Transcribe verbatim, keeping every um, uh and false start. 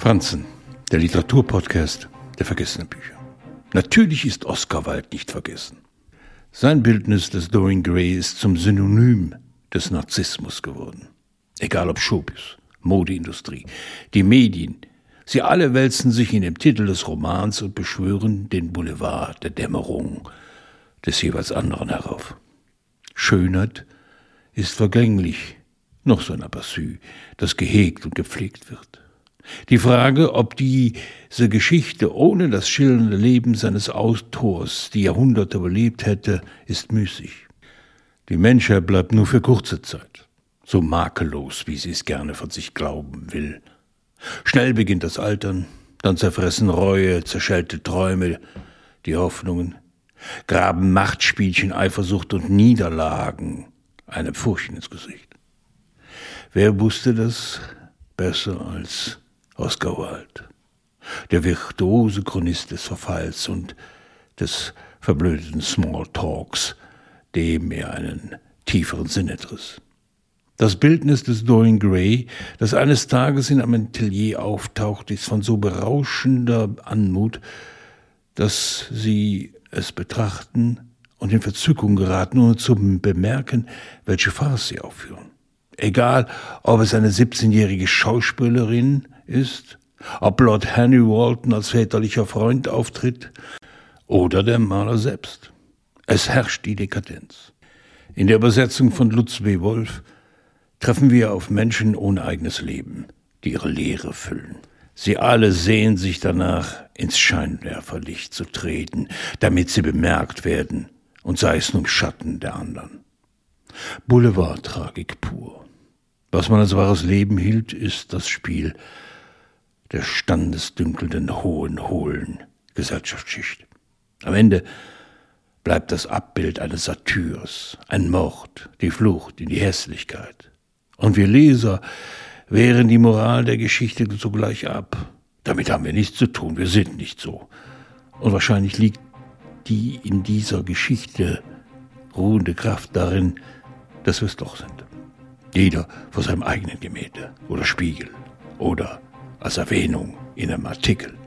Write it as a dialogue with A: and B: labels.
A: Franzen, der Literaturpodcast der vergessenen Bücher. Natürlich ist Oscar Wilde nicht vergessen. Sein Bildnis des Dorian Gray ist zum Synonym des Narzissmus geworden. Egal ob Showbiz, Modeindustrie, die Medien, sie alle wälzen sich in dem Titel des Romans und beschwören den Boulevard der Dämmerung des jeweils anderen herauf. Schönheit ist vergänglich, noch so ein Aperçu, das gehegt und gepflegt wird. Die Frage, ob diese Geschichte ohne das schillernde Leben seines Autors die Jahrhunderte überlebt hätte, ist müßig. Die Menschheit bleibt nur für kurze Zeit, so makellos, wie sie es gerne von sich glauben will. Schnell beginnt das Altern, dann zerfressen Reue, zerschellte Träume, die Hoffnungen, graben Machtspielchen, Eifersucht und Niederlagen eine Furcht ins Gesicht. Wer wusste das besser als Oscar Wilde, der virtuose Chronist des Verfalls und des verblödeten Smalltalks, dem er einen tieferen Sinn entriss. Das Bildnis des Dorian Gray, das eines Tages in einem Atelier auftaucht, ist von so berauschender Anmut, dass sie es betrachten und in Verzückung geraten, ohne zu bemerken, welche Farce sie aufführen. Egal, ob es eine siebzehnjährige Schauspielerin ist, ob Lord Henry Walton als väterlicher Freund auftritt oder der Maler selbst. Es herrscht die Dekadenz. In der Übersetzung von Lutz W. Wolf treffen wir auf Menschen ohne eigenes Leben, die ihre Leere füllen. Sie alle sehen sich danach, ins Scheinwerferlicht zu treten, damit sie bemerkt werden, und sei es nur im Schatten der anderen. Boulevardtragik pur. Was man als wahres Leben hielt, ist das Spiel der standesdünkelnden, hohen, hohlen Gesellschaftsschicht. Am Ende bleibt das Abbild eines Satyrs, ein Mord, die Flucht in die Hässlichkeit. Und wir Leser wehren die Moral der Geschichte sogleich ab. Damit haben wir nichts zu tun, wir sind nicht so. Und wahrscheinlich liegt die in dieser Geschichte ruhende Kraft darin, dass wir es doch sind. Jeder vor seinem eigenen Gemälde oder Spiegel oder als Erwähnung in einem Artikel.